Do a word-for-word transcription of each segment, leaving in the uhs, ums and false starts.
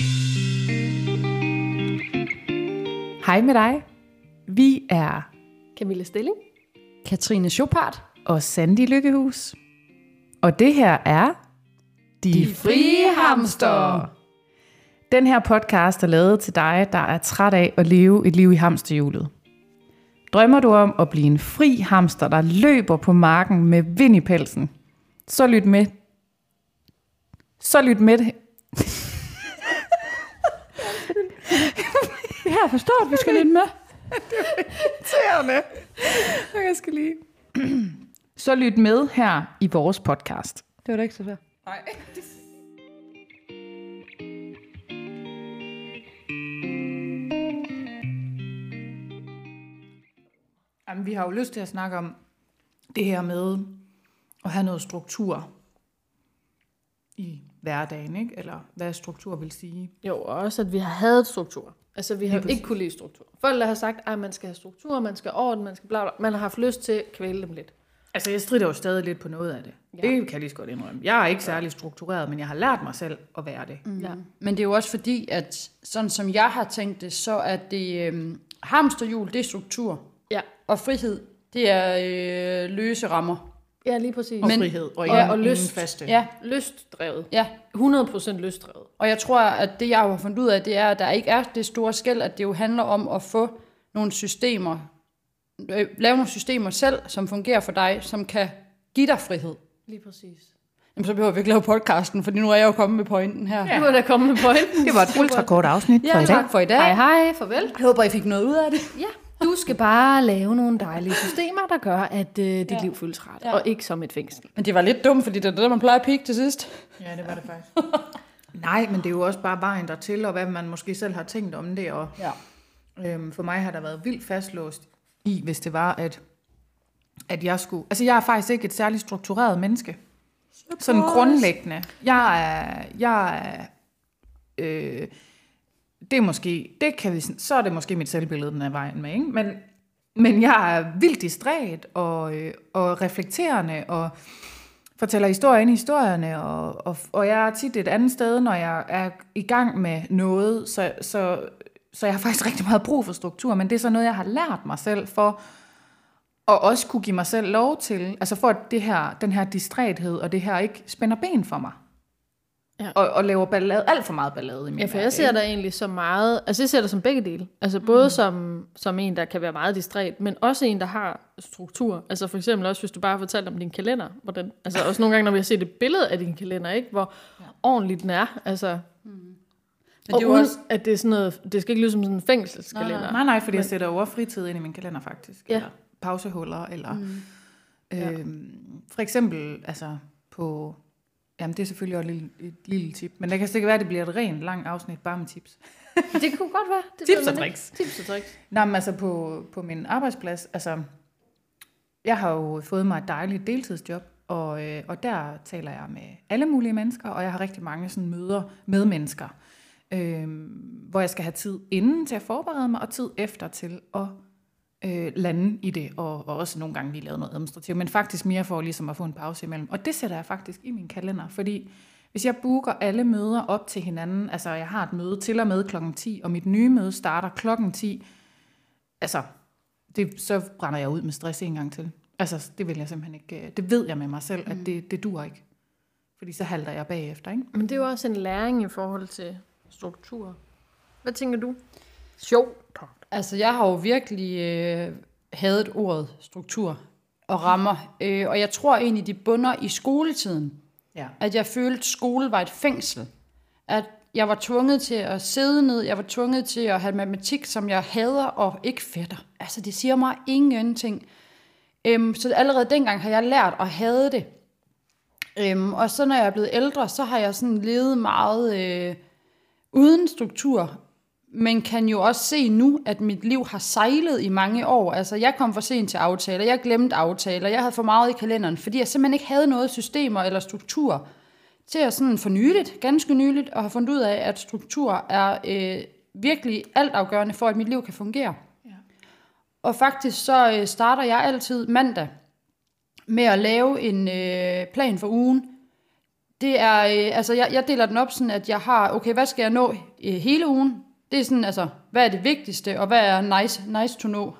Hej med dig. Vi er Camilla Stilling, Katrine Schopart og Sandy Lykkehus. Og det her er De, De Frie Hamster. Den her podcast er lavet til dig, der er træt af at leve et liv i hamsterhjulet. Drømmer du om at blive en fri hamster, der løber på marken med vind i pelsen? Så lyt med. Så lyt med. Det her forstår at vi skal lytte med. Det er irriterende. Jeg skal lige. Så lyt med her i vores podcast. Det var da ikke så svært. Nej. Jamen, vi har jo lyst til at snakke om det her med at have noget struktur i hverdagen, ikke? Eller hvad struktur vil sige. Jo, og også at vi har hadet struktur. Altså vi har Lige præcis. ikke kunne lide struktur. Folk har sagt, at man skal have struktur, man skal orden, man skal bla bla. Man har haft lyst til at kvæle dem lidt. Altså, jeg strider jo stadig lidt på noget af det. Ja. Det kan jeg lige så godt indrømme. Jeg er ikke særlig struktureret, men jeg har lært mig selv at være det. Mm. Ja. Men det er jo også fordi, at sådan som jeg har tænkt det, så er det øhm, hamsterhjul, det er struktur. Ja. Og frihed, det er øh, løse rammer. Ja, lige præcis. Og Men- frihed. Og, Ja, ingen, og ingen lyst. faste. Ja, Lystdrevet. ja. hundrede procent lystdrevet. Og jeg tror, at det jeg har fundet ud af, det er, at der ikke er det store skel, at det jo handler om at få nogle systemer, øh, lave nogle systemer selv, som fungerer for dig, som kan give dig frihed. Lige præcis. Jamen, så behøver vi ikke lave podcasten, for nu er jeg jo kommet med pointen her. Ja. Nu er der kommet med pointen. Det var et ultrakort afsnit Ja, for i dag. tak for i dag. Hej hej, farvel. Jeg håber, I fik noget ud af det. Ja, du skal bare lave nogle dejlige systemer, der gør, at øh, dit Ja. liv føles rart. Ja. Og ikke som et fængsel. Men det var lidt dumt, fordi det er det, man plejer at pikke til sidst. Ja, det var det faktisk. Nej, men det er jo også bare vejen dertil, og hvad man måske selv har tænkt om det. Og, Ja. øhm, for mig har der været vildt fastlåst i, hvis det var, at, at jeg skulle... Altså, jeg er faktisk ikke et særligt struktureret menneske. Sådan grundlæggende. Jeg er... Jeg er øh, det er måske... Det kan vi, så er det måske mit selvbillede, den er vejen med, ikke? Men, men jeg er vildt distræt og, øh, og reflekterende og fortæller historier ind i historierne, og, og, og jeg er tit et andet sted, når jeg er i gang med noget, så, så, så jeg har faktisk rigtig meget brug for struktur, men det er så noget, jeg har lært mig selv for, og også kunne give mig selv lov til, altså for at det her, den her distræthed, og det her ikke spænder ben for mig, Ja. og, og laver ballade, alt for meget ballade i min Ja, for jeg hverdag, ser ikke? dig egentlig så meget, altså jeg ser dig som begge dele. Altså både mm. som, som en, der kan være meget distræt, men også en, der har struktur. Altså for eksempel også, hvis du bare har fortalt om din kalender. Hvordan, altså også nogle gange, når vi har set et billede af din kalender, ikke, hvor ja. ordentligt den er. Altså, mm. Men og det er jo uden, også... at det er sådan noget, det skal ikke lyde som sådan en fængselskalender. Nej, nej, fordi jeg sætter over fritid ind i min kalender faktisk, Ja. eller pausehuller, eller Mm. øhm, for eksempel, altså på... Jamen, det er selvfølgelig også et lille, et lille tip. Men det kan sikkert være, at det bliver et rent langt afsnit bare med tips. Det kunne godt være. Det Tips ved og man ikke. tricks. Tips og tricks. Nå, men altså på, på min arbejdsplads, altså, jeg har jo fået mig et dejligt deltidsjob, og, øh, og der taler jeg med alle mulige mennesker, og jeg har rigtig mange sådan møder med mennesker, øh, hvor jeg skal have tid inden til at forberede mig, og tid efter til at øh, lande i det, og, og også nogle gange lige lave noget administrativt, men faktisk mere for ligesom at få en pause imellem. Og det sætter jeg faktisk i min kalender, fordi hvis jeg booker alle møder op til hinanden, altså jeg har et møde til og med klokken ti, og mit nye møde starter klokken ti, altså det, så brænder jeg ud med stress en gang til. Altså det vil jeg simpelthen ikke, det ved jeg med mig selv, at det, det dur ikke. Fordi så halter jeg bagefter, ikke? Men det er jo også en læring i forhold til struktur. Hvad tænker du? Sjovt. Altså, jeg har jo virkelig øh, hadet ordet struktur og rammer. Øh, og jeg tror egentlig, de bunder i skoletiden. Ja. At jeg følte, at skole var et fængsel. At jeg var tvunget til at sidde ned. Jeg var tvunget til at have matematik, som jeg hader og ikke fætter. Altså, det siger mig ingenting. Øhm, så allerede dengang har jeg lært at hade det. Øhm, og så når jeg er blevet ældre, så har jeg sådan levet meget øh, uden struktur. Men kan jo også se nu, at mit liv har sejlet i mange år. Altså, jeg kom for sent til aftaler, jeg glemte aftaler, jeg havde for meget i kalenderen, fordi jeg simpelthen ikke havde noget systemer eller struktur til at sådan for nyligt, ganske nyligt, og have fundet ud af, at struktur er øh, virkelig altafgørende for, at mit liv kan fungere. Ja. Og faktisk så øh, starter jeg altid mandag med at lave en øh, plan for ugen. Det er, øh, altså jeg, jeg deler den op sådan, at jeg har, okay, hvad skal jeg nå øh, hele ugen? Det er sådan, altså, hvad er det vigtigste, og hvad er nice, nice to know?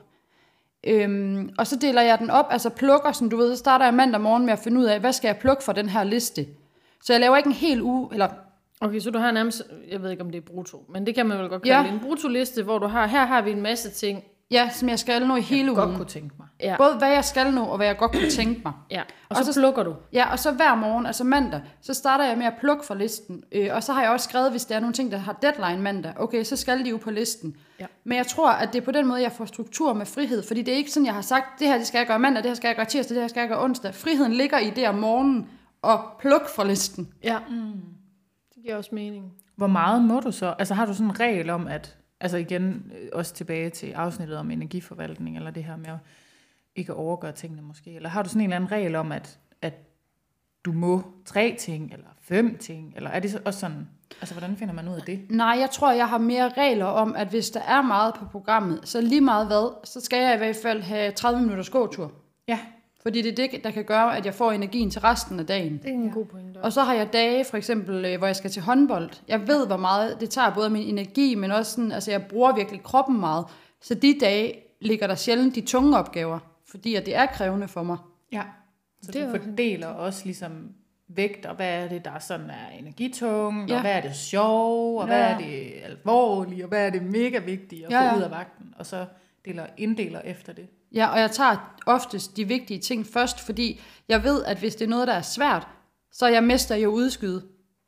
Øhm, og så deler jeg den op, altså plukker, sådan du ved, så starter jeg mandag morgen med at finde ud af, hvad skal jeg plukke for den her liste? Så jeg laver ikke en hel uge, eller... Okay, så du har nærmest, jeg ved ikke om det er brutto, men det kan man vel godt kalde Ja. en bruttoliste, hvor du har, her har vi en masse ting. Ja, som jeg skal nå i hele Jeg ugen. godt kunne tænke mig. Ja. Både hvad jeg skal nå, og hvad jeg godt kunne tænke mig. Ja, og, Og så, så- så plukker du. Ja, og så hver morgen, altså mandag, så starter jeg med at plukke fra listen. Øh, og så har jeg også skrevet, hvis der er nogle ting, der har deadline mandag, okay, så skal de jo på listen. Ja. Men jeg tror, at det er på den måde, jeg får struktur med frihed. Fordi det er ikke sådan, jeg har sagt, det her det skal jeg gøre mandag, det her skal jeg gøre tirsdag, det her skal jeg gøre onsdag. Friheden ligger i det om morgenen og pluk fra listen. Ja, mm. det giver også mening. Hvor meget må du så? Altså har du sådan en regel om, at, altså igen, øh, også tilbage til afsnittet om energiforvaltning, eller det her med at ikke at overgøre tingene måske, eller har du sådan en eller anden regel om, at, at du må tre ting, eller fem ting, eller er det så også sådan, altså hvordan finder man ud af det? Nej, jeg tror, jeg har mere regler om, at hvis der er meget på programmet, så lige meget hvad, så skal jeg i hvert fald have tredive minutters gåtur. Ja, Fordi det er det, der kan gøre, at jeg får energien til resten af dagen. Det er en god pointe. Og så har jeg dage, for eksempel, øh, hvor jeg skal til håndbold. Jeg ved, hvor meget det tager både min energi, men også sådan, altså jeg bruger virkelig kroppen meget. Så de dage ligger der sjældent de tunge opgaver, fordi at det er krævende for mig. ja. Så Det det er du også- fordeler også ligesom vægt, og hvad er det, der sådan er energitung, Ja. og hvad er det sjov, og Ja. hvad er det alvorligt, og hvad er det mega vigtigt at Ja, få ja. ud af vagten, og så deler, inddeler efter det. Ja, og jeg tager oftest de vigtige ting først, fordi jeg ved, at hvis det er noget, der er svært, så er jeg mester i at udskyde.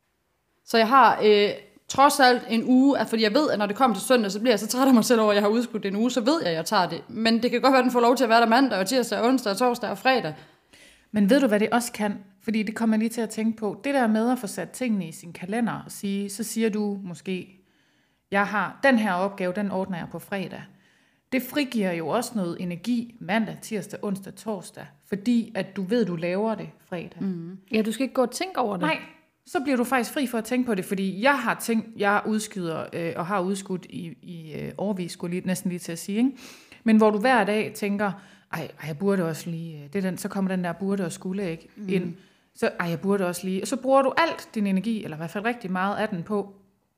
Så jeg har øh, trods alt en uge, at fordi jeg ved, at når det kommer til søndag, så bliver jeg så træt af mig selv over, at jeg har udskudt en uge, så ved jeg, at jeg tager det. Men det kan godt være, at den får lov til at være der mandag, og tirsdag, og onsdag, og torsdag og fredag. Men ved du, hvad det også kan? Fordi det kommer jeg lige til at tænke på. Det der med at få sat tingene i sin kalender og sige, så siger du måske, jeg har den her opgave, den ordner jeg på fredag. Det frigiver jo også noget energi mandag, tirsdag, onsdag, torsdag, fordi at du ved, du laver det fredag. Mm. Ja, du skal ikke gå og tænke over det. Nej, så bliver du faktisk fri for at tænke på det, fordi jeg har tænkt, jeg udskyder øh, og har udskudt i, i øh, årvis, skulle lige, næsten lige til at sige, ikke? Men hvor du hver dag tænker, ej, ej jeg burde også lige, øh, det er den, så kommer den der burde og skulle ikke mm. ind, så ej, jeg burde også lige, og så bruger du alt din energi, eller i hvert fald rigtig meget af den på,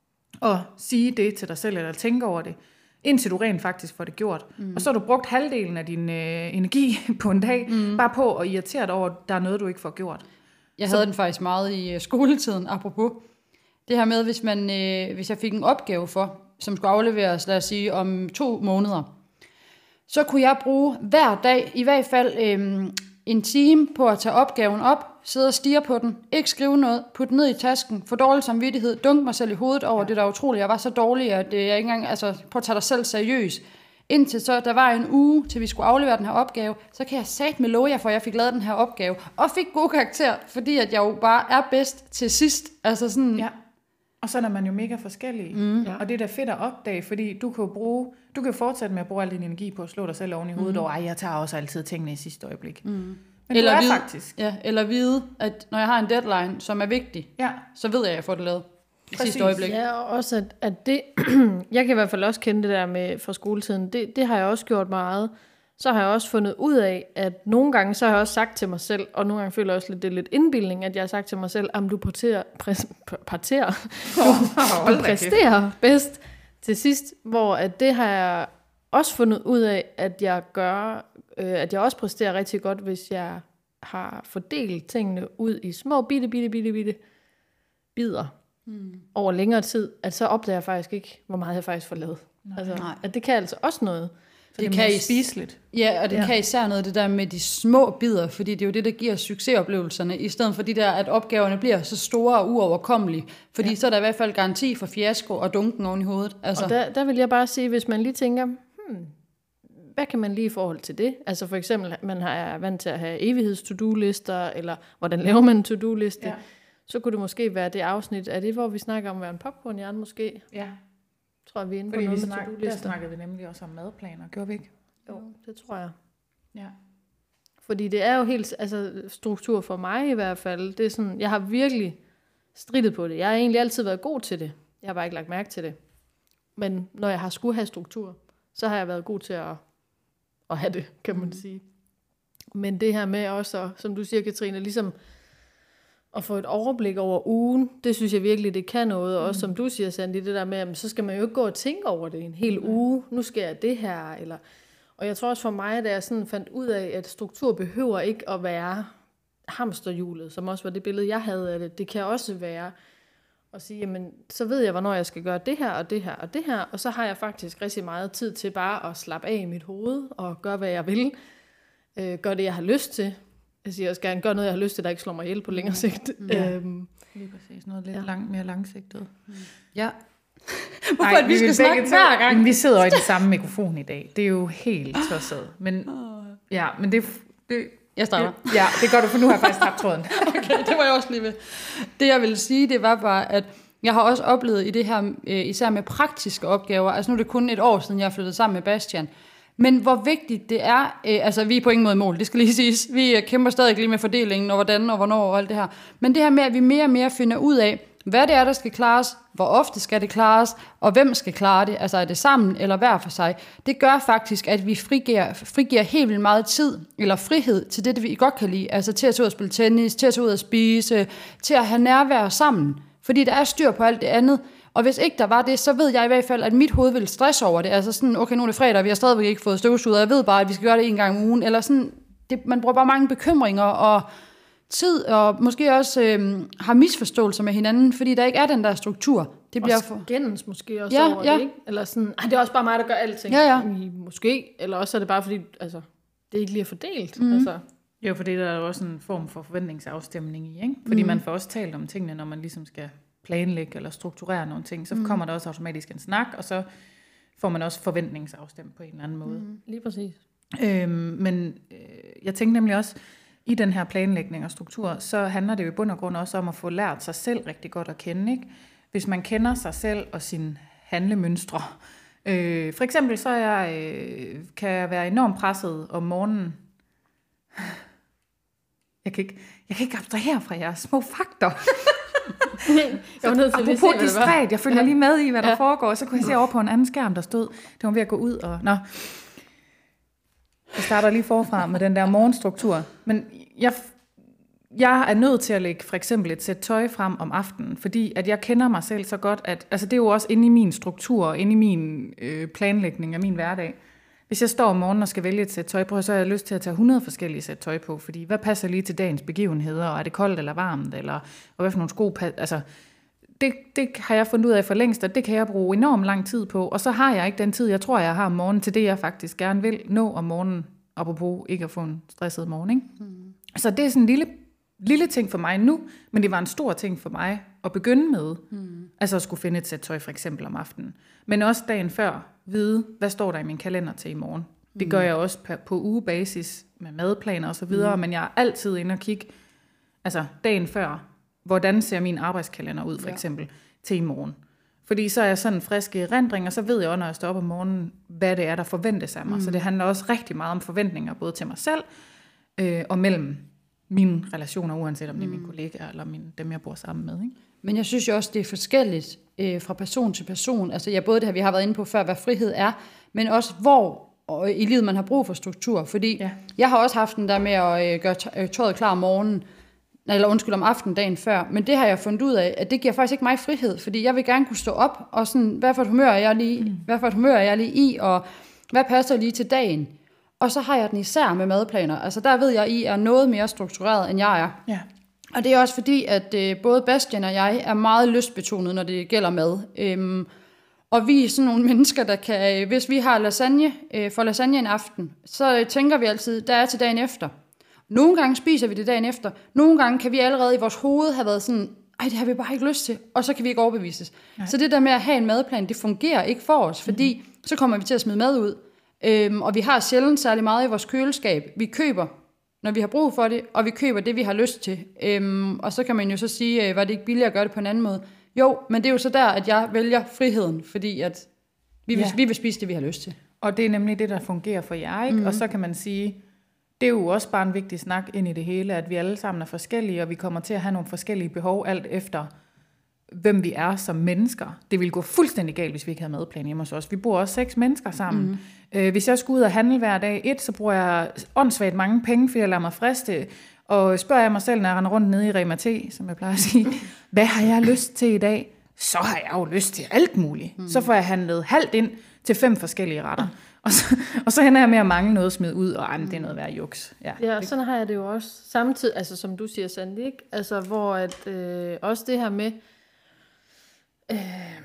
at sige det til dig selv, eller tænke over det, indtil du rent faktisk får det gjort. Mm. Og så har du brugt halvdelen af din øh, energi på en dag, mm. bare på at irritere dig over, at der er noget, du ikke får gjort. Jeg havde den faktisk meget i øh, skoletiden, apropos. Det her med, hvis, man, øh, hvis jeg fik en opgave for, som skulle afleveres, lad os sige, om to måneder, så kunne jeg bruge hver dag, i hvert fald øh, en time på at tage opgaven op, sidde og stirre på den, ikke skrive noget, putte den ned i tasken, få dårlig samvittighed, dunke mig selv i hovedet over ja. det, der er utroligt. Jeg var så dårlig, at øh, jeg ikke engang, altså prøv at tage dig selv seriøst. Indtil så, der var en uge, til vi skulle aflevere den her opgave, så kan jeg satme love jer for, at jeg fik lavet den her opgave, og fik god karakter, fordi at jeg jo bare er bedst til sidst. Altså sådan, Ja. Og så er man jo mega forskellige. Mm. Ja. Og det er da fedt at opdage, fordi du kan jo bruge, du kan fortsætte med at bruge al din energi på at slå dig selv oven i hovedet mm. over, ej, jeg tager også altid tingene i sidste øjeblik. Mm. Men eller du er vide, faktisk. Ja, eller vide, at når jeg har en deadline, som er vigtig, Ja. så ved jeg, at jeg får det lavet i Præcis. sidste øjeblik. Ja, og også at, at det, jeg kan i hvert fald også kende det der med fra skoletiden, det, det har jeg også gjort meget. Så har jeg også fundet ud af, at nogle gange, så har jeg også sagt til mig selv, og nogle gange føler jeg også lidt, det er lidt indbildning, at jeg har sagt til mig selv, at du parterer, præs, parterer, du, du præsterer bedst til sidst, hvor at det har jeg også fundet ud af, at jeg gør, øh, at jeg også præsterer rigtig godt, hvis jeg har fordelt tingene ud i små bitte, bitte, bitte, bitte bidder mm. over længere tid, at så opdager jeg faktisk ikke, hvor meget jeg faktisk får lavet. Nej. Altså, Nej. at det kan altså også noget. Så det, Det det kan kan I I- spiseligt. Ja, og det Ja. ja. kan især noget det der med de små bidder, fordi det er jo det, der giver succesoplevelserne, i stedet for de der, at opgaverne bliver så store og uoverkommelige. Fordi ja. så er der i hvert fald garanti for fiasko og dunken oven i hovedet. Altså, Og der, der vil jeg bare sige, hvis man lige tænker, hmm, hvad kan man lige i forhold til det? Altså for eksempel, man har- er vant til at have evigheds-to-do-lister, eller hvordan laver man en to-do-liste? Ja. Så kunne det måske være det afsnit. Er det, hvor vi snakker om at være en popcornhjerne måske? Ja. Tror jeg, vi er inde på Fordi vi noget med snak, der to-do-lister. snakkede vi nemlig også om madplaner, gjorde vi ikke? Jo, det tror jeg. Ja. Fordi det er jo helt, altså struktur for mig i hvert fald, det er sådan, jeg har virkelig strittet på det. Jeg har egentlig altid været god til det. Jeg har bare ikke lagt mærke til det. Men når jeg har skulle have struktur, så har jeg været god til at, at have det, kan man sige. Men det her med også, som du siger, Katrine, ligesom at få et overblik over ugen, det synes jeg virkelig, det kan noget. Og også som du siger, Sandy, det der med, at så skal man jo ikke gå og tænke over det en hel uge. Nu skal jeg det her. Eller... Og jeg tror også for mig, da jeg sådan fandt ud af, at struktur behøver ikke at være hamsterhjulet, som også var det billede, jeg havde af det. Det kan også være at sige, jamen, så ved jeg, hvornår jeg skal gøre det her, og det her, og det her. Og så har jeg faktisk rigtig meget tid til bare at slappe af i mit hoved, og gøre, hvad jeg vil. Øh, gøre det, jeg har lyst til. Jeg siger også gerne, gøre noget, jeg har lyst til, der ikke slår mig ihjel på længere sigt. Ja. Øhm, Lige præcis. Noget lidt ja. lang, mere langsigtet. Ja. Hvorfor Ej, at vi, vi skal snakke hver gang? Vi sidder jo i den samme mikrofon i dag. Det er jo helt tosset. Men, ja, men det, det, jeg starter. Det, ja, det gør du, for nu har jeg faktisk tabt tråden. Okay, det var jeg også lige ved. Det jeg ville sige, det var bare, at jeg har også oplevet i det her, især med praktiske opgaver, altså nu er det kun et år siden, jeg flyttede sammen med Bastian, men hvor vigtigt det er, øh, altså vi er på ingen måde mål, det skal lige siges, vi kæmper stadig lige med fordelingen, og hvordan og hvornår og alt det her, men det her med, at vi mere og mere finder ud af, hvad det er, der skal klares, hvor ofte skal det klares, og hvem skal klare det, altså er det sammen eller hver for sig, det gør faktisk, at vi frigiver, frigiver helt vildt meget tid, eller frihed til det, det vi godt kan lide, altså til at tage ud og spille tennis, til at tage ud og spise, til at have nærvær sammen, fordi der er styr på alt det andet. Og hvis ikke der var det, så ved jeg i hvert fald, at mit hoved vil stresse over det. Altså sådan, okay, nu er det fredag, vi har stadigvæk ikke fået støvsuget, og jeg ved bare, at vi skal gøre det en gang om ugen. Eller sådan, det, man bruger bare mange bekymringer og tid, og måske også øh, har misforståelser med hinanden, fordi der ikke er den der struktur. Det bliver og for... skændes måske også ja, over ja. det, ikke? Eller sådan, det er også bare mig, der gør alting. Ja, ja. Måske, eller også er det bare fordi, altså, det ikke lige er fordelt. Mm. Altså. Jo, fordi der er jo også en form for forventningsafstemning i, ikke? Fordi mm. man får også talt om tingene, når man ligesom skal planlægge eller strukturere nogle ting, så mm. kommer der også automatisk en snak, og så får man også forventningsafstemt på en eller anden måde. Mm. Lige præcis. Øhm, men øh, jeg tænkte nemlig også, i den her planlægning og struktur, så handler det jo i bund og grund også om at få lært sig selv rigtig godt at kende, ikke? Hvis man kender sig selv og sine handlemønstre. Øh, for eksempel så er jeg, øh, kan jeg være enormt presset om morgenen. Jeg kan ikke, jeg kan ikke abstrahere fra jeres små fakter. Jeg var nødt til apropos at se, distræt, jeg følger ja. lige med i, hvad der ja. foregår, og så kunne jeg se over på en anden skærm, der stod, det var ved at gå ud, og nå. Jeg starter lige forfra med den der morgenstruktur, men jeg, jeg er nødt til at lægge for eksempel et sæt tøj frem om aftenen, fordi at jeg kender mig selv så godt, at altså det er jo også inde i min struktur, inde i min øh, planlægning af min hverdag. Hvis jeg står om morgenen og skal vælge et sæt tøj på, så har jeg lyst til at tage hundrede forskellige sæt tøj på, fordi hvad passer lige til dagens begivenheder, og er det koldt eller varmt, eller og hvad for nogle sko passer, altså det, det har jeg fundet ud af for længst, og det kan jeg bruge enormt lang tid på, og så har jeg ikke den tid, jeg tror, jeg har om morgenen, til det, jeg faktisk gerne vil nå om morgenen, apropos ikke at få en stresset morgen, ikke? Mm. Så det er sådan en lille, lille ting for mig nu, men det var en stor ting for mig at begynde med, mm. altså at skulle finde et sæt tøj for eksempel om aftenen, men også dagen før, vide, hvad står der i min kalender til i morgen. Mm. Det gør jeg også på, på ugebasis med madplaner og så videre, mm. men jeg er altid inde og kigge, altså dagen før, hvordan ser min arbejdskalender ud for eksempel ja. til i morgen. Fordi så er jeg sådan en frisk erindring, og så ved jeg også, når jeg står op om morgenen, hvad det er, der forventes af mig. Mm. Så det handler også rigtig meget om forventninger, både til mig selv øh, og mellem mine relationer, uanset om det er mine kollegaer eller mine, dem, jeg bor sammen med. Ikke? Men jeg synes jo også, det er forskelligt øh, fra person til person. Altså ja, både det her, vi har været inde på før, hvad frihed er, men også hvor og i livet man har brug for struktur. Fordi ja. jeg har også haft den der med at øh, gøre tøjet klar om morgenen, eller undskyld om aftenen dagen før, men det har jeg fundet ud af, at det giver faktisk ikke mig frihed, fordi jeg vil gerne kunne stå op, og sådan, hvad for et humør er jeg lige, mm. hvad for et humør er jeg lige i, og hvad passer lige til dagen. Og så har jeg den især med madplaner. Altså der ved jeg, at I er noget mere struktureret, end jeg er. Ja. Og det er også fordi, at øh, både Bastian og jeg er meget lystbetonet, når det gælder mad. Øhm, og vi er sådan nogle mennesker, der kan, øh, hvis vi har lasagne, øh, for lasagne en aften, så øh, tænker vi altid, der er til dagen efter. Nogle gange spiser vi det dagen efter. Nogle gange kan vi allerede i vores hoved have været sådan, ej, det har vi bare ikke lyst til, og så kan vi ikke overbevises. Nej. Så det der med at have en madplan, det fungerer ikke for os, fordi mm-hmm. så kommer vi til at smide mad ud. Øhm, og vi har sjældent særlig meget i vores køleskab. Vi køber, når vi har brug for det, og vi køber det, vi har lyst til. Øhm, og så kan man jo så sige, øh, var det ikke billigere at gøre det på en anden måde? Jo, men det er jo så der, at jeg vælger friheden, fordi at vi, vil, ja. vi vil spise det, vi har lyst til. Og det er nemlig det, der fungerer for jer, ikke? Mm-hmm. Og så kan man sige, det er jo også bare en vigtig snak ind i det hele, at vi alle sammen er forskellige, og vi kommer til at have nogle forskellige behov, alt efter hvem vi er som mennesker. Det ville gå fuldstændig galt, hvis vi ikke havde madplan hjemme hos os. Vi bor også seks mennesker sammen. Mm. Øh, hvis jeg skulle ud og handle hver dag et, så bruger jeg åndssvagt mange penge, fordi jeg lader mig friste Og spørger jeg mig selv, når jeg render rundt nede i Rema T, som jeg plejer at sige, hvad har jeg lyst til i dag? Så har jeg jo lyst til alt muligt. Mm. Så får jeg handlet halvt ind til fem forskellige retter. Og så, og så ender jeg med at mangle noget smidt ud, og ej, det er noget værd juks. Ja, ja, sådan har jeg det jo også. Samtidig, altså som du siger, Sandy, ikke? Altså hvor at, øh, også det her med, øh,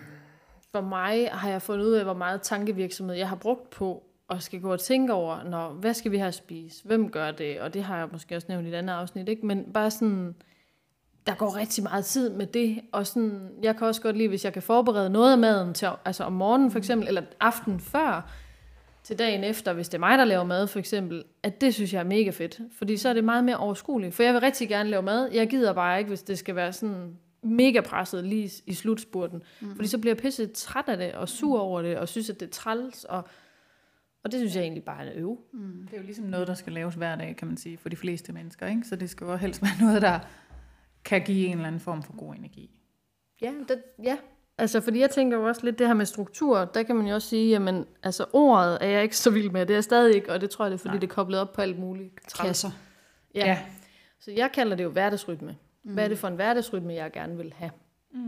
for mig har jeg fundet ud af, hvor meget tankevirksomhed jeg har brugt på, og skal gå og tænke over, når, hvad skal vi have at spise? Hvem gør det? Og det har jeg måske også nævnt i et andet afsnit, ikke? Men bare sådan, der går rigtig meget tid med det, og sådan, jeg kan også godt lide, hvis jeg kan forberede noget af maden til, altså om morgenen for eksempel, eller aften før, til dagen efter, hvis det er mig, der laver mad for eksempel, at det synes jeg er mega fedt, fordi så er det meget mere overskueligt, for jeg vil rigtig gerne lave mad, jeg gider bare ikke, hvis det skal være sådan mega presset lige i slutspurten, mm. fordi så bliver jeg pisse træt af det, og sur over det, og synes, at det er træls, og, og det synes jeg egentlig bare er en øve. Mm. Det er jo ligesom noget, der skal laves hver dag, kan man sige, for de fleste mennesker, ikke? Så det skal jo helst være noget, der kan give en eller anden form for god energi. Ja, det, ja. Altså, fordi jeg tænker jo også lidt det her med struktur, der kan man jo også sige, jamen, altså ordet er jeg ikke så vild med, det er jeg stadig ikke, og det tror jeg, det er, fordi Nej. det er koblet op på alt muligt. Kasser. Ja. ja. Så jeg kalder det jo hverdagsrytme. Mm. Hvad er det for en hverdagsrytme, jeg gerne vil have? Mm.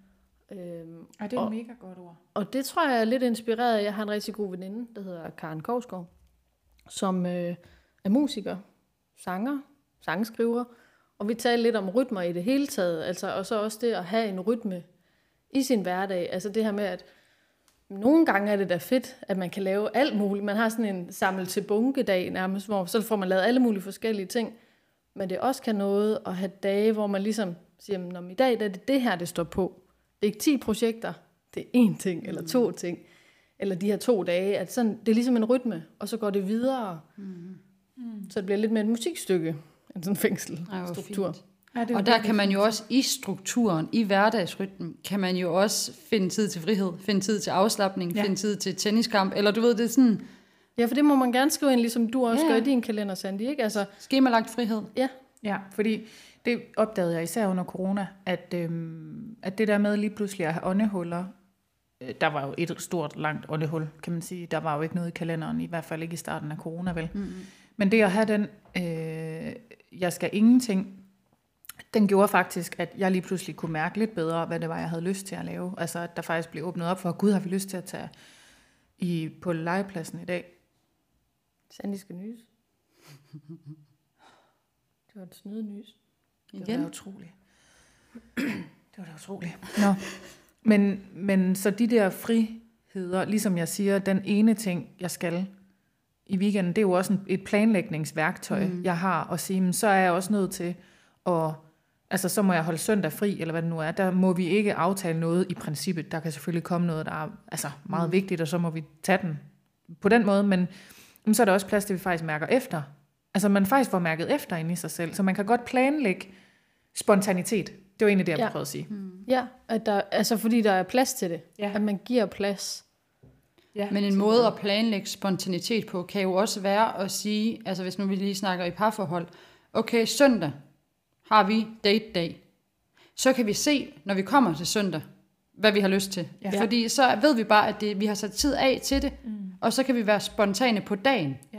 Øhm, og det er et mega godt ord. Og det tror jeg er lidt inspireret. Jeg har en rigtig god veninde, der hedder Karen Korsgaard, som øh, er musiker, sanger, sangskriver, og vi taler lidt om rytmer i det hele taget, altså, og så også det at have en rytme i sin hverdag. Altså det her med, at nogle gange er det da fedt, at man kan lave alt muligt. Man har sådan en samle til bunkedag nærmest, hvor så får man lavet alle mulige forskellige ting. Men det også kan noget at have dage, hvor man ligesom siger, at i dag er det det her, det står på. Det er ikke ti projekter, det er én ting eller to ting. Eller de her to dage. At sådan, det er ligesom en rytme, og så går det videre. Mm. Mm. Så det bliver lidt mere et musikstykke, en sådan fængselstruktur. Ja, og der kan man jo også i strukturen, i hverdagsrytmen, kan man jo også finde tid til frihed, finde tid til afslapning, ja. finde tid til tenniskamp, eller du ved, det er sådan... Ja, for det må man gerne skrive ind, ligesom du også ja. gør i din kalender, Sandy, ikke? Altså, skemalagt frihed. Ja. Ja, fordi det opdagede jeg især under corona, at, øhm, at det der med lige pludselig at have åndehuller, øh, der var jo et stort, langt åndehul, kan man sige. Der var jo ikke noget i kalenderen, i hvert fald ikke i starten af corona, vel? Mm-hmm. Men det at have den, øh, jeg skal ingenting, den gjorde faktisk, at jeg lige pludselig kunne mærke lidt bedre, hvad det var, jeg havde lyst til at lave. Altså, at der faktisk blev åbnet op for, gud, har vi lyst til at tage i, på legepladsen i dag? Sandy skal nys. Det var et snyde nys. Det var da utroligt. Det var da utroligt. Nå. Men, men så de der friheder, ligesom jeg siger, den ene ting, jeg skal i weekenden, det er jo også en, et planlægningsværktøj, mm. jeg har at sige, men så er jeg også nødt til at, altså så må jeg holde søndag fri, eller hvad det nu er, der må vi ikke aftale noget i princippet. Der kan selvfølgelig komme noget, der er altså meget mm. vigtigt, og så må vi tage den på den måde, men, men så er der også plads til, at vi faktisk mærker efter. Altså man faktisk får mærket efter inde i sig selv, så man kan godt planlægge spontanitet. Det var egentlig det, jeg ja. prøvede at sige. Mm. Ja, at der, altså fordi der er plads til det. Ja. At man giver plads. Ja, men en måde at planlægge spontanitet på, kan jo også være at sige, altså hvis nu vi lige snakker i parforhold, okay, søndag har vi date day. Så kan vi se, når vi kommer til søndag, hvad vi har lyst til. Ja. Fordi så ved vi bare, at det, vi har sat tid af til det, mm. og så kan vi være spontane på dagen. Ja.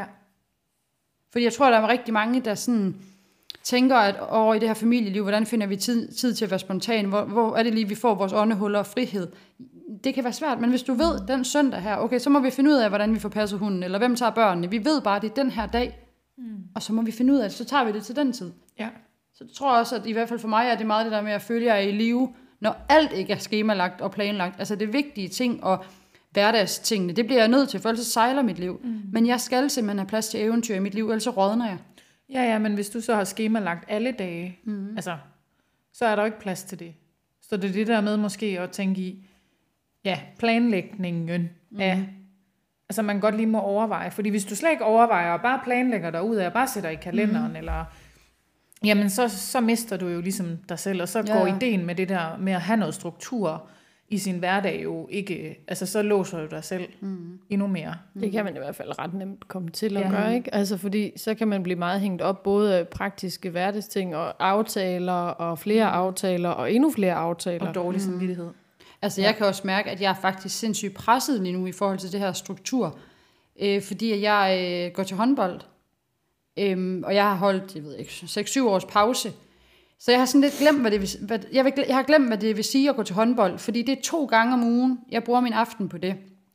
Fordi jeg tror, der er rigtig mange, der sådan tænker, at over i det her familieliv, hvordan finder vi tid, tid til at være spontan? Hvor, hvor er det lige, vi får vores åndehuller og frihed? Det kan være svært, men hvis du ved, den søndag her, okay, så må vi finde ud af, hvordan vi får passet hunden, eller hvem tager børnene. Vi ved bare, det er den her dag, mm. og så må vi finde ud af det, så tager vi det til den tid. Ja. Så jeg tror også, at i hvert fald for mig er det meget det der med at føle jer i live, når alt ikke er skemalagt og planlagt. Altså det vigtige ting og hverdagstingene, det bliver jeg nødt til, for ellers sejler mit liv. Mm. Men jeg skal simpelthen have plads til eventyr i mit liv, ellers så rådner jeg. Ja, ja, men hvis du så har skemalagt alle dage, mm. altså, så er der jo ikke plads til det. Så det er det der med måske at tænke i, ja, planlægningen mm. af, altså man godt lige må overveje, fordi hvis du slet ikke overvejer og bare planlægger dig ud af, og bare sætter i kalenderen, mm. eller, jamen så, så mister du jo ligesom dig selv, og så ja. går ideen med det der, med at have noget struktur i sin hverdag jo ikke, altså så låser du dig selv mm. endnu mere. Det kan man i hvert fald ret nemt komme til at ja. gøre, ikke? Altså fordi så kan man blive meget hængt op, både praktiske hverdagsting og aftaler, og flere aftaler, og endnu flere aftaler. Og dårlig samvittighed. Altså jeg kan også mærke, at jeg er faktisk sindssygt presset lige nu i forhold til det her struktur, øh, fordi jeg øh, går til håndbold, Øhm, og jeg har holdt, jeg ved ikke, seks syv års pause. Så jeg har sådan lidt glemt, hvad det vil, hvad, jeg, vil, jeg har glemt, hvad det vil sige at gå til håndbold, fordi det er to gange om ugen, jeg bruger min aften på det.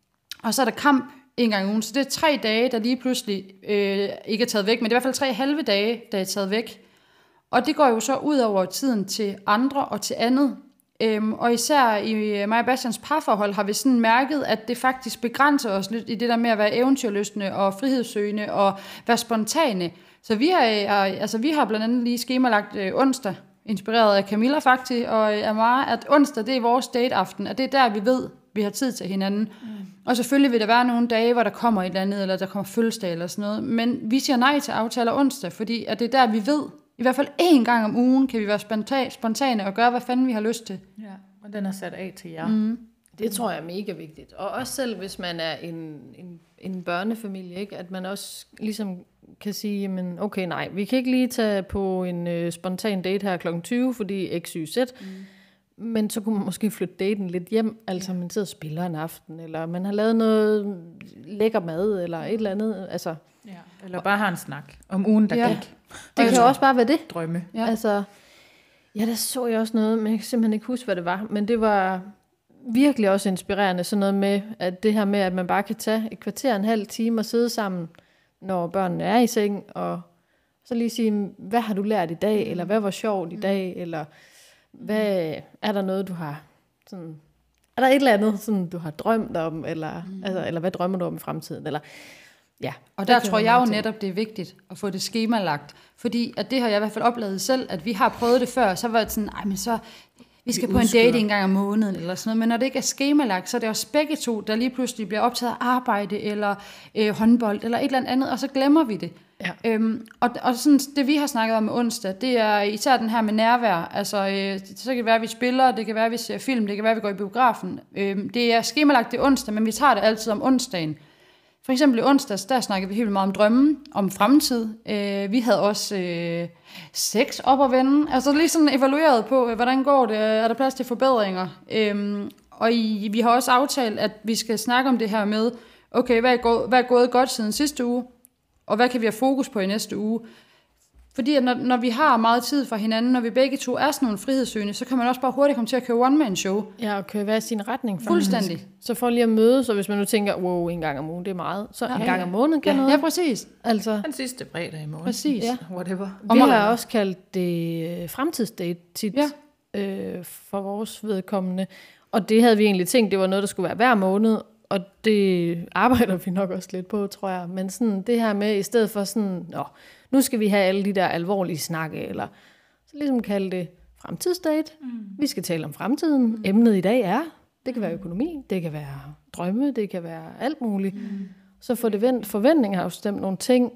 Og så er der kamp en gang om ugen, så det er tre dage, der lige pludselig øh, ikke er taget væk, men det er i hvert fald tre halve dage, der er taget væk. Og det går jo så ud over tiden til andre og til andet. Øhm, og især i mig og Bastians parforhold har vi sådan mærket, at det faktisk begrænser os lidt i det der med at være eventyrlystne og frihedssøgende og være spontane. Så vi har, altså, vi har blandt andet lige skemalagt øh, onsdag, inspireret af Camilla faktisk, og øh, Amara, at onsdag det er vores dateaften, og det er der, vi ved, vi har tid til hinanden. Mm. Og selvfølgelig vil der være nogle dage, hvor der kommer et eller andet, eller der kommer fødselsdag eller sådan noget, men vi siger nej til aftaler onsdag, fordi at det er der, vi ved, i hvert fald én gang om ugen, kan vi være spontane og gøre, hvad fanden vi har lyst til. Ja, og den er sat af til jer. Mm. Det tror jeg er mega vigtigt. Og også selv, hvis man er en, en, en børnefamilie, ikke? At man også ligesom kan sige, jamen, okay, nej, vi kan ikke lige tage på en øh, spontan date her klokken tyve, fordi X, Y, Z. Mm. Men så kunne man måske flytte daten lidt hjem, altså man sidder og spiller en aften, eller man har lavet noget lækker mad, eller et eller andet, altså. Ja, eller bare har en snak om ugen, der ja. gik. Det kan jo også bare være det. Drømme. Ja. Altså, ja, der så jeg også noget, men jeg kan simpelthen ikke huske, hvad det var, men det var virkelig også inspirerende, sådan noget med, at det her med, at man bare kan tage et kvarter, en halv time og sidde sammen, når børnene er i seng, og så lige sige, hvad har du lært i dag, eller hvad var sjovt i dag, eller hvad er der noget, du har sådan, er der et eller andet, sådan, du har drømt om, eller, mm. altså, eller hvad drømmer du om i fremtiden, eller ja. Og der tror jeg jo netop, det er vigtigt at få det skemalagt, fordi at det har jeg i hvert fald oplevet selv, at vi har prøvet det før, så var det sådan, ej, men så vi skal vi på en date en gang om måneden, eller sådan noget, men når det ikke er skemalagt, så er det også begge to, der lige pludselig bliver optaget af arbejde, eller øh, håndbold, eller et eller andet, og så glemmer vi det. Ja. Øhm, og og sådan, det vi har snakket om onsdag, det er især den her med nærvær, altså øh, så kan det være, at vi spiller, det kan være, at vi ser film, det kan være, at vi går i biografen. Øhm, det er skemalagt det onsdag, men vi tager det altid om onsdagen. For eksempel i onsdags, der snakkede vi helt meget om drømmen, om fremtid. Øh, vi havde også øh, sex op og vende. Altså lige sådan evalueret på, øh, hvordan går det, er der plads til forbedringer. Øh, og i, vi har også aftalt, at vi skal snakke om det her med, okay, hvad er, gået, hvad er gået godt siden sidste uge, og hvad kan vi have fokus på i næste uge. Fordi at når, når vi har meget tid for hinanden, når vi begge to er sådan nogle frihedssøgende, så kan man også bare hurtigt komme til at køre one-man-show. Ja, og køre hver sin retning. Fuldstændig. Faktisk. Så for lige at mødes, og hvis man nu tænker, wow, en gang om ugen, det er meget, så ja, en gang om måneden kan ja, noget. Ja, præcis. Altså, den sidste fredag i morgen. Præcis. Ja. Whatever. Vi har også kaldt det fremtidsdate tit ja. øh, for vores vedkommende. Og det havde vi egentlig tænkt, det var noget, der skulle være hver måned, og det arbejder vi nok også lidt på, tror jeg. Men sådan det her med, i stedet for sådan, nå, nu skal vi have alle de der alvorlige snakke, eller så ligesom kalde det fremtidsdate. Mm. Vi skal tale om fremtiden. Mm. Emnet i dag er, det kan være økonomi, det kan være drømme, det kan være alt muligt. Mm. Så får det vendt, forventninger har jo stemt nogle ting,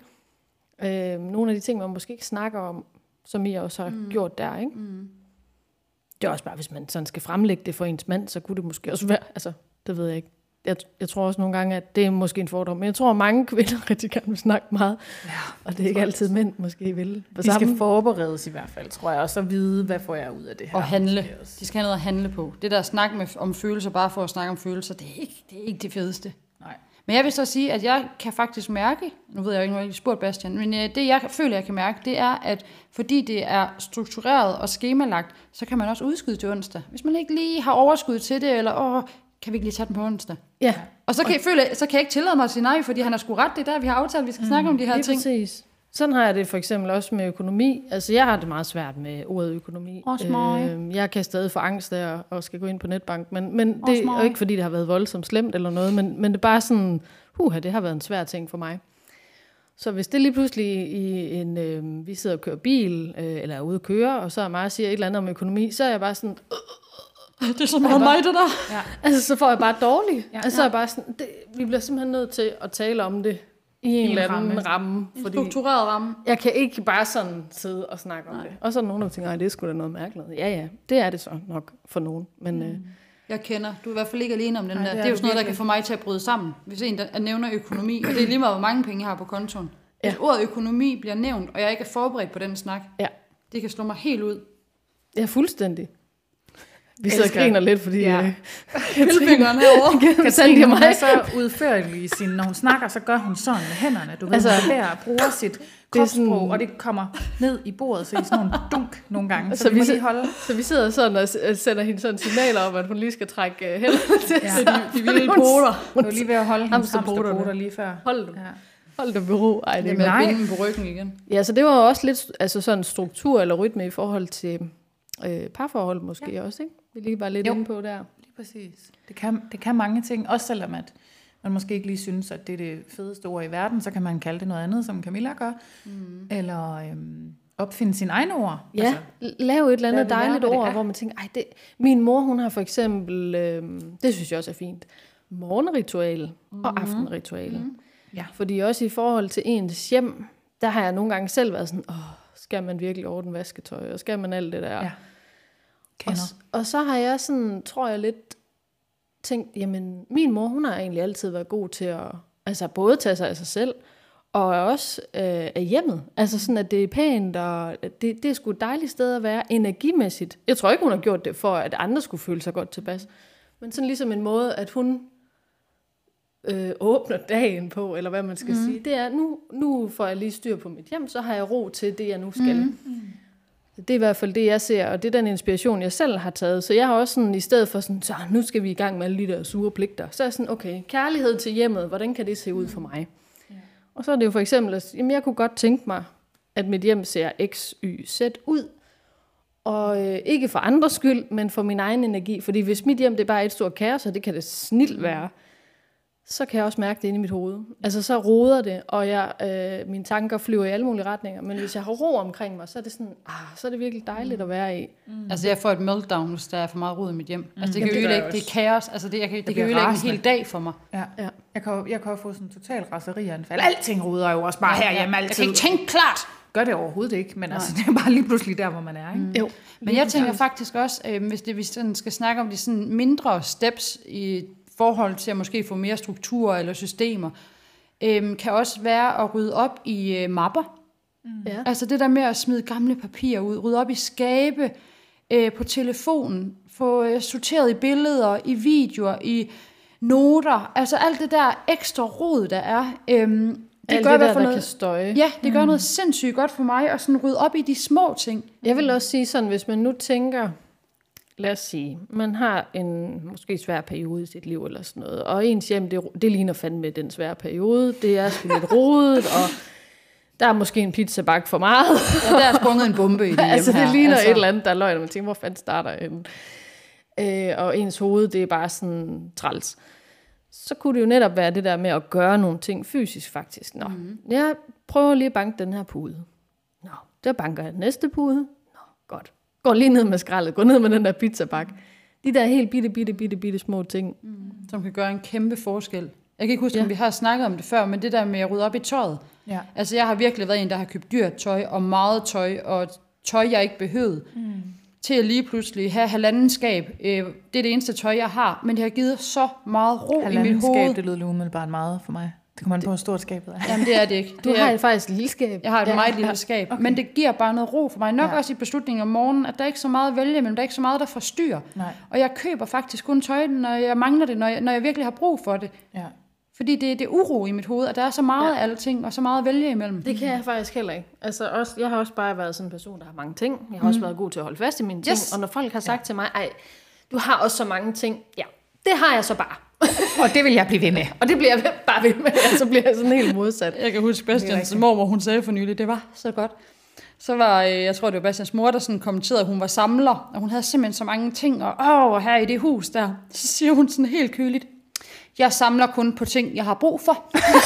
øh, nogle af de ting, man måske ikke snakker om, som I også har mm. gjort der, ikke? Mm. Det er også bare, hvis man sådan skal fremlægge det for ens mand, så kunne det måske også være, altså, det ved jeg ikke. Jeg, jeg tror også nogle gange, at det er måske en fordom, men jeg tror, at mange kvinder rigtig gerne vil snakke meget, ja, og det er ikke altid mænd måske vil. De skal forberedes i hvert fald, tror jeg, og så vide, hvad får jeg ud af det her. Og handle. De skal have noget at handle på. Det der snak med, om følelser, bare for at snakke om følelser, det er ikke det, er ikke det fedeste. Nej. Men jeg vil så sige, at jeg kan faktisk mærke, nu ved jeg jo ikke, når jeg spurgte Bastian, men det jeg føler, jeg kan mærke, det er, at fordi det er struktureret og skemalagt, så kan man også udskyde til onsdag. Hvis man ikke lige har overskud til det, eller åh, kan vi ikke lige tage den på onsdag? Ja. Og så kan, jeg føle, så kan jeg ikke tillade mig at sige nej, fordi han har sgu ret, det der, vi har aftalt, at vi skal mm, snakke om de her ting. Præcis. Sådan har jeg det for eksempel også med økonomi. Altså, jeg har det meget svært med ordet økonomi. Også mig. Øh, jeg kan stadig få angst der og skal gå ind på netbank, men, men det er jo ikke, fordi det har været voldsomt slemt eller noget, men, men det er bare sådan, huha, det har været en svær ting for mig. Så hvis det lige pludselig i en, øh, vi sidder og kører bil, øh, eller er ude at køre, og så er mig siger et eller andet om økonomi, så er jeg bare sådan, øh, det er så meget mig, det der. Ja. Altså, så får jeg bare dårligt. Ja, altså, ja. Jeg bare sådan, det, vi bliver simpelthen nødt til at tale om det i en, en eller anden ramme. ramme en struktureret ramme. Jeg kan ikke bare sådan sidde og snakke om Nej. det. Og så er der nogen, der tænker, at det er sgu da noget mærkeligt. Ja, ja, det er det så nok for nogen. Men, mm. øh, jeg kender. Du er i hvert fald ikke alene om den Ej, der. Det er, det er jo sådan noget, der kan få mig til at bryde sammen. Hvis en der nævner økonomi, og det er lige meget, hvor mange penge jeg har på kontoen. Ja. Hvis ordet økonomi bliver nævnt, og jeg ikke er forberedt på den snak, ja. det kan slå mig helt ud. Ja, fuldstændig. Vi sidder og griner lidt, fordi... Ja. Ja. Pillefingeren herovre. Katrine, hun er så udførlig i sin, når hun snakker, så gør hun sådan med hænderne. Du ved, altså, hun der bruger sit kropssprog, sådan... og det kommer ned i bordet, så i sådan nogle dunk nogle gange. Så, så vi, vi, lige holde. Så vi sidder sådan og sender hende sådan signaler om, at hun lige skal trække uh, hænderne til. Ja. Så de, de vilde poter. Du er lige ved at holde hendes hamsterpoter hamsterpoter lige før. Hold dem. Ja. Hold dem i ro. Ej, det er med at binde på ryggen igen. Ja, så det var også lidt altså sådan struktur eller rytme i forhold til øh, parforhold måske ja. Også, ikke? Vi lige var lidt jo. Inde på der. Lige præcis. Det kan, det kan mange ting, også selvom at man måske ikke lige synes, at det er det fedeste ord i verden, så kan man kalde det noget andet, som Camilla gør. Mm. Eller øhm, opfinde sine egne ord. Ja, altså, lave et eller andet dejligt være, ord, hvor man tænker, ej, det, min mor, hun har for eksempel, øh, det synes jeg også er fint, morgenritual mm. og aftenritual. Mm. Ja. Fordi også i forhold til ens hjem, der har jeg nogle gange selv været sådan, åh, skal man virkelig ordne vasketøj, og skal man alt det der? Ja. Og, og så har jeg sådan, tror jeg lidt, tænkt, jamen, min mor, hun har egentlig altid været god til at, altså både tage sig af sig selv, og også øh, af hjemmet. Altså sådan, at det er pænt, og det, det er sgu et dejligt sted at være, energimæssigt. Jeg tror ikke, hun har gjort det for, at andre skulle føle sig godt tilpas. Men sådan ligesom en måde, at hun øh, åbner dagen på, eller hvad man skal mm. sige. Det er, nu, nu får jeg lige styr på mit hjem, så har jeg ro til det, jeg nu skal. Mm. Det er i hvert fald det, jeg ser, og det er den inspiration, jeg selv har taget. Så jeg har også sådan, i stedet for sådan, så nu skal vi i gang med alle de der sure pligter, så er jeg sådan, okay, kærlighed til hjemmet, hvordan kan det se ud for mig? Ja. Og så er det jo for eksempel, at jamen, jeg kunne godt tænke mig, at mit hjem ser X, Y, Z ud, og øh, ikke for andres skyld, men for min egen energi. Fordi hvis mit hjem det er bare et stort kaos, og det kan det snilt være, så kan jeg også mærke det inde i mit hoved. Altså så roder det, og jeg, øh, mine tanker flyver i alle mulige retninger. Men hvis jeg har ro omkring mig, så er det sådan, ah, så er det virkelig dejligt at være i. Mm. Altså jeg får et meltdown, hvis der er for meget rod i mit hjem. Mm. Altså det kan ødelægge, det er kaos. Altså det, jeg kan, det kan ødelægge en hel dag for mig. Ja. Ja. Jeg kan jeg kan jo få sådan en total raserianfald. Alting roder jo også bare herhjemme altid. Jeg kan ikke tænke klart. Gør det overhovedet ikke, men altså, det er bare lige pludselig der, hvor man er. Ikke? Mm. Jo. Men jeg tænker faktisk også, øh, hvis det, vi sådan skal snakke om de sådan mindre steps i forhold til at måske få mere strukturer eller systemer, øhm, kan også være at rydde op i øh, mapper. Mm. Ja. Altså det der med at smide gamle papirer ud, rydde op i skabe, øh, på telefonen, få øh, sorteret i billeder, i videoer, i noter, altså alt det der ekstra rod, der er. Øhm, det alt gør det der, der noget, kan støje. Ja, det gør mm. noget sindssygt godt for mig, at sådan rydde op i de små ting. Jeg vil også sige sådan, hvis man nu tænker, lad os sige, man har en måske svær periode i sit liv eller sådan noget, og ens hjem, det, det ligner fandme den svære periode, det er sgu lidt rodet, og der er måske en pizzabak for meget. Ja, der er sprunget en bombe i det hjem altså, det her. ligner altså. et eller andet, der er løgn, og man tænker, hvor fanden starter en? Øh, og ens hoved, det er bare sådan træls. Så kunne det jo netop være det der med at gøre nogle ting fysisk faktisk. Nå, mm. jeg prøver lige at banke den her pude. Nå, der banker jeg den næste pude. Nå, godt. Går lige ned med skraldet, går ned med den der pizzabak. De der helt bitte, bitte, bitte, bitte små ting. Mm. Som kan gøre en kæmpe forskel. Jeg kan ikke huske, ja. om vi har snakket om det før, men det der med at rydde op i tøjet. Ja. Altså jeg har virkelig været en, der har købt dyrt tøj, og meget tøj, og tøj, jeg ikke behøvede. Mm. Til at lige pludselig have halvanden skab. Det er det eneste tøj, jeg har, men det har givet så meget ro halvanden i mit hoved. Skab, det lyder lige umiddelbart meget for mig. Det kommer an på, hvor stort skabet er. Jamen, det er det ikke. Du det har er, faktisk et lille skab. Jeg har et ja, meget lille skab, okay. Men det giver bare noget ro for mig. Nok ja. også i beslutningen om morgenen, at der er ikke så meget at vælge, men der er ikke så meget, der forstyrrer. Nej. Og jeg køber faktisk kun tøj, når jeg mangler det, når jeg, når jeg virkelig har brug for det. Ja. Fordi det, det er uro i mit hoved, og der er så meget ja. af alle ting, og så meget at vælge imellem. Det kan jeg faktisk heller ikke. Altså også, jeg har også bare været sådan en person, der har mange ting. Jeg har mm. også været god til at holde fast i mine ting. Yes. Og når folk har sagt ja. til mig, ej, du har også så mange ting. Ja, det har jeg så bare. Og det vil jeg blive ved med. Og det bliver jeg bare ved med, og så bliver jeg sådan helt modsat. Jeg kan huske Bastians mormor, hun sagde for nylig, det var så godt. Så var, jeg tror det var Bastians mor, der sådan kommenterede, at hun var samler, og hun havde simpelthen så mange ting, og åh, her i det hus der, så siger hun sådan helt køligt, jeg samler kun på ting, jeg har brug for.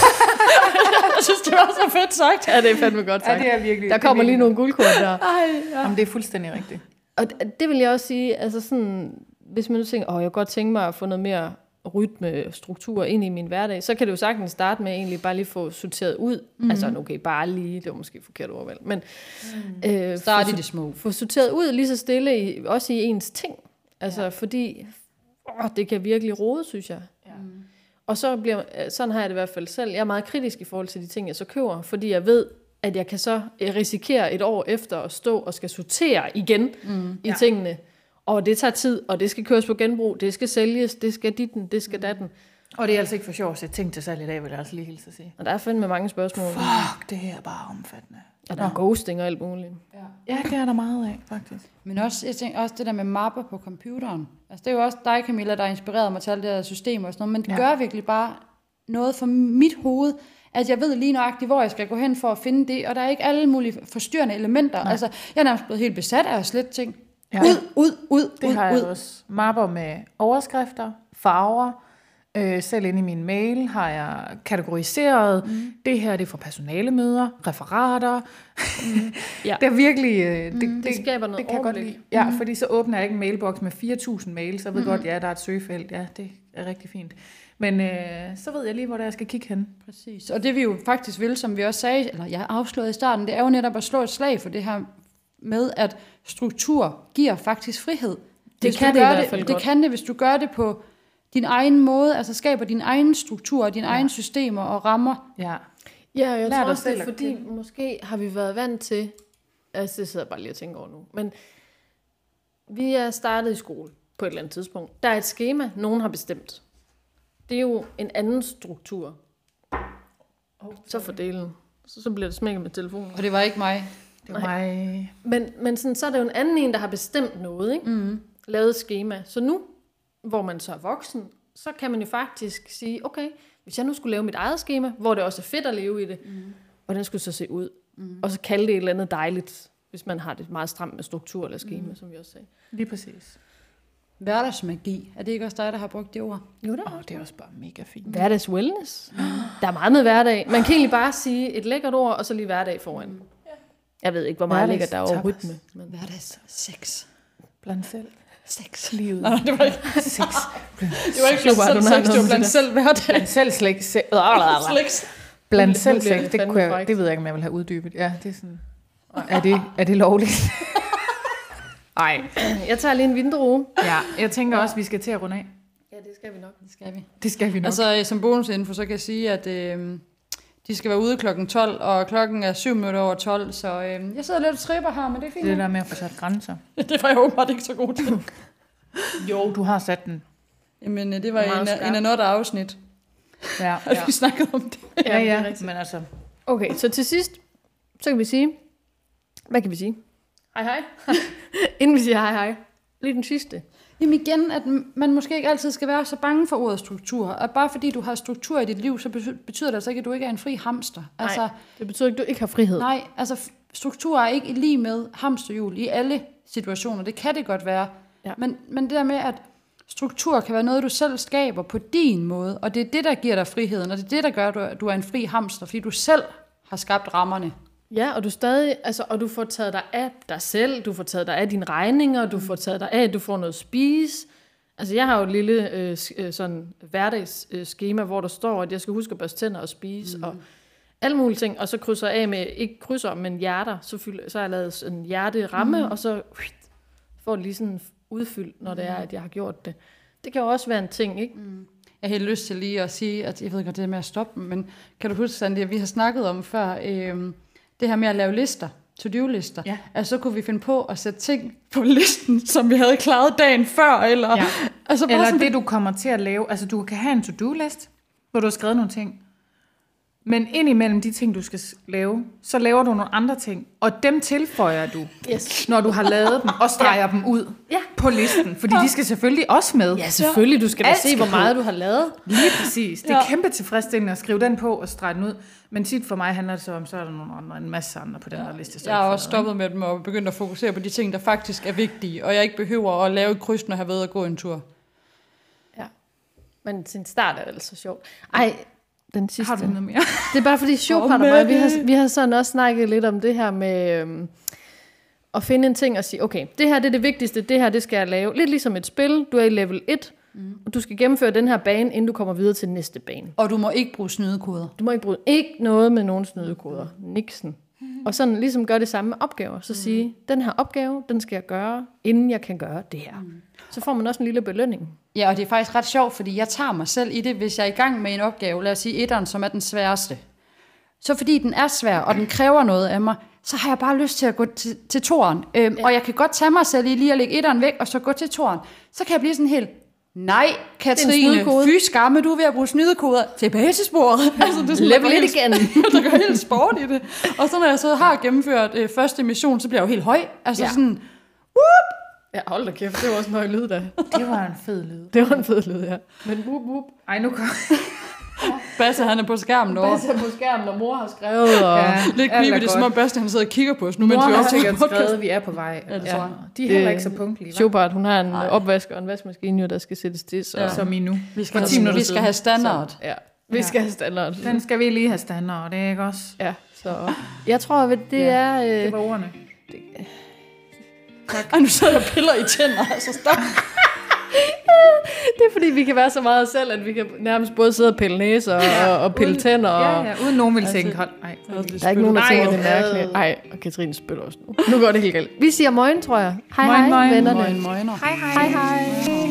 Jeg synes, det var så fedt sagt. Ja, det er fandme godt sagt. Ja, det er virkelig, der kommer lige nogle guldkorn der. Ej, ja. Jamen, det er fuldstændig rigtigt. Og det vil jeg også sige, altså sådan, hvis man nu tænker, åh, jeg kan godt tænke mig at få noget mere rytme, struktur ind i min hverdag, så kan det jo sagtens starte med egentlig bare lige få sorteret ud. Mm. Altså, okay, bare lige, det var måske forkert ordvalg, men mm. øh, start i det små. Få sorteret ud lige så stille, i, også i ens ting. Altså, ja. fordi åh, det kan virkelig rode, synes jeg. Ja. Mm. Og så bliver, sådan har jeg det i hvert fald selv. Jeg er meget kritisk i forhold til de ting, jeg så køber, fordi jeg ved, at jeg kan så risikere et år efter at stå og skal sortere igen mm. i ja. tingene. og det tager tid, og det skal køres på genbrug, det skal sælges, det skal ditten, det skal datten. Og det er altså ikke for sjovt at sætte ting til salg i dag, vil jeg altså lige hilse at sige. Og der er fandme mange spørgsmål. Fuck, det her er bare omfattende. Og der er ghosting og alt muligt. Ja, det er der meget af, faktisk. Men også, jeg tænker, også det der med mapper på computeren. Altså, det er jo også dig, Camilla, der har inspireret mig til alle det her system og sådan noget, men det Ja. gør virkelig bare noget for mit hoved, at jeg ved lige nøjagtigt, hvor jeg skal gå hen for at finde det, og der er ikke alle mulige forstyrrende elementer. Nej. Altså, jeg er nærmest blevet helt besat af at slette ting. Ja. Ud, ud, ud, Det ud, har ud. jeg også. Mapper med overskrifter, farver. Øh, selv inde i min mail har jeg kategoriseret. Mm. Det her det er for personalemøder, referater. Mm. Ja. Det er virkelig... Øh, det, det skaber noget det kan jeg godt overblik. lide. Ja, mm. fordi så åbner jeg ikke en mailbox med fire tusind mails. Så jeg ved mm. godt, ja, der er et søgefelt. Ja, det er rigtig fint. Men øh, så ved jeg lige, hvor der jeg skal kigge hen. Præcis. Og det vi jo faktisk vil, som vi også sagde, eller jeg afslørede i starten, det er jo netop at slå et slag for det her med, at struktur giver faktisk frihed. Hvis kan du det i gør hvert fald det, godt. det kan det, hvis du gør det på din egen måde, altså skaber din egen struktur, dine ja. egne systemer og rammer. Ja. Ja, jeg Lær tror dig også, det selv er at fordi, måske har vi været vant til, altså det sidder jeg bare lige og tænker over nu, men vi er startet i skole på et eller andet tidspunkt. Der er et skema, nogen har bestemt. Det er jo en anden struktur. Så fordelen. Så, så bliver det smækket med telefonen. Og det var ikke mig. Det var mig. Men, men sådan, så er det jo en anden en, der har bestemt noget, ikke? Mm. Lavet et skema. Så nu, hvor man så er voksen, så kan man jo faktisk sige, okay, hvis jeg nu skulle lave mit eget skema, hvor det også er fedt at leve i det, mm. hvordan skulle det så se ud? Mm. Og så kalde det et eller andet dejligt, hvis man har det meget stramt med struktur eller skema, mm. som vi også sagde. Lige præcis. Hverdagsmagi. Er det ikke også dig, der har brugt det ord? Jo, det Åh, oh, det er også bare mega fint. Hverdags wellness. Mm. Der er meget med hverdag. Man kan egentlig bare sige et lækkert ord, og så lige hverdag foran. Mm. Jeg ved ikke, hvor meget Hverdags Mm. lækkert der er over tapas. rytme. Men... Hverdags sex. Blandt selv. Sex. Livet. Nej, det var ikke, Sex. det var ikke Super, blandt du selv har sex, noget det var med blandt det selv hverdag. Blandt selv slik. Se- Sliks. Blandt Nu selv bliver sex. det Det, fandme kunne jeg, frækt. det ved jeg ikke, om jeg vil have uddybet. Ja, det er sådan... Er det, er det lovligt? Ej. Jeg tager lige en vindrue. Ja, jeg tænker også, at vi skal til at runde af. Ja, det skal vi nok. Det skal vi. Det skal vi nok. Altså, øh, som bonusinfo, så kan jeg sige, at øh, de skal være ude klokken tolv, og klokken er syv minutter over tolv, så øh, jeg sidder lidt og tripper her, men det er fint. det der med at få sat grænser. Det var jeg åbenbart ikke så god til. Jo, du har sat den. Jamen, øh, det var Meget en, skarp. en af noget afsnit, Ja, at vi snakkede om det. ja, det er ja. rigtigt. Men altså... Okay, så til sidst, så kan vi sige, hvad kan vi sige? Hej hej. Inden vi siger hej hej. Lige den sidste. Jamen igen, at man måske ikke altid skal være så bange for ordet struktur. At bare fordi du har struktur i dit liv, så betyder det altså ikke, at du ikke er en fri hamster. Altså, Nej, det betyder ikke, at du ikke har frihed. nej, altså f- struktur er ikke lige med hamsterhjul i alle situationer. Det kan det godt være. Ja. Men, men det der med, at struktur kan være noget, du selv skaber på din måde, og det er det, der giver dig friheden, og det er det, der gør, at du er, du er en fri hamster, fordi du selv har skabt rammerne. Ja, og du stadig, altså, og du får taget dig af dig selv, du får taget dig af dine regninger, du får taget dig af, at du får noget at spise. Altså, jeg har jo et lille øh, s- øh, sådan hverdagsskema, øh, skema, hvor der står, at jeg skal huske at børste tænder og spise, mm. og alle mulige ting, og så krydser jeg af med, ikke krydser, men hjerter, så, fylder, så har jeg lavet en hjerteramme, mm. og så huit, får det lige sådan udfyldt, når det er, at jeg har gjort det. Det kan jo også være en ting, ikke? Mm. Jeg har helt lyst til lige at sige, at jeg ved godt, det er med at stoppe, men kan du huske, Sandy, at vi har snakket om før, øh, det her med at lave lister, to-do-lister, Ja. altså så kunne vi finde på at sætte ting på listen, som vi havde klaret dagen før, eller, Ja. altså bare Eller sådan, det, du kommer til at lave. Altså, du kan have en to-do-list, hvor du har skrevet nogle ting. Men indimellem de ting, du skal s- lave, så laver du nogle andre ting. Og dem tilføjer du, Yes. når du har lavet dem, og streger dem ud Ja. på listen. Fordi de skal selvfølgelig også med. Ja, selvfølgelig. Du skal da Alt se, skal hvor på. meget du har lavet. Lige præcis. Det er Ja. kæmpe tilfredsstillende at skrive den på og strege den ud. Men tit for mig handler det så om, så er der nogle andre, en masse andre på den der liste. så jeg har ikke også får lavet, stoppet med dem og begyndt at fokusere på de ting, der faktisk er vigtige, og jeg ikke behøver at lave et kryds, når jeg har været at gå en tur. Ja. Men til en start er det altså sjovt. Ej, den ikke? sidste. Har du noget mere? Det er bare fordi sjovt Åh, har der mig. Vi har, Mette. vi har sådan også snakket lidt om det her med øhm, at finde en ting og sige, okay, det her det er det vigtigste, det her det skal jeg lave. Lidt ligesom et spil, du er i level et, mm. og du skal gennemføre den her bane, inden du kommer videre til næste bane. Og du må ikke bruge snydekoder. Du må ikke bruge ikke noget med nogen snydekoder. Niksen. Og sådan ligesom gøre det samme med opgaver. Så sige, den her opgave, den skal jeg gøre, inden jeg kan gøre det her. Så får man også en lille belønning. Ja, og det er faktisk ret sjovt, fordi jeg tager mig selv i det, hvis jeg er i gang med en opgave, lad os sige etteren, som er den sværeste. Så fordi den er svær, og den kræver noget af mig, så har jeg bare lyst til at gå til, til toeren. Øhm, ja. Og jeg kan godt tage mig selv i lige at lægge etteren væk, og så gå til toeren. Så kan jeg blive sådan helt, nej, Katrine, fy skamme, du er ved at bruge snydekoder. Tilbage til sporet. altså, det er sådan, Level lidt igen. Der går helt sport i det. Og så når jeg så har gennemført øh, første mission, så bliver jeg jo helt høj. Altså ja. sådan, whoop! Ja, hold da kæft, det var også en høj lyd da. Det var en fed lyd. Det var en fed lyd, ja. Men whoop, whoop. Ej, nu kom... Basse, han er på skærmen over. Basse er på skærmen, og mor har skrevet. Og... Ja, lidt creepy, det er som om Basse, han sidder og kigger på os nu, mens vi har optager sikkert podcast. skrevet, vi er på vej. Ja, det ja. tror jeg. De er heller ikke så punktlige, hva'? Sjovbart, hun har en Ej. opvasker og en vaskemaskine, der skal sættes til. Så... Ja. Som i nu. Vi skal, have, vi skal have standard. Så, ja, vi ja. skal have standard. Den skal vi lige have standard, det er ikke også? Ja, så... Jeg tror, at det ja, er... Øh... Det var ordene. Det... Tak. Ej, nu sidder jeg og piller i tænder, altså stop. Det er fordi, vi kan være så meget os selv, at vi kan nærmest både sidde og pille næser og, ja, og pille uden, tænder. Og, ja, ja, uden nogen vil tænke, hold, ej. Der er ikke nogen, der tænker, det er mærkeligt. Ej, og Katrine spytter også nu. Nu går det helt galt. Vi siger morgen, tror jeg. Hej, moin, hej, moin, vennerne. Moin, moin. Hej, hej. Hej, hej.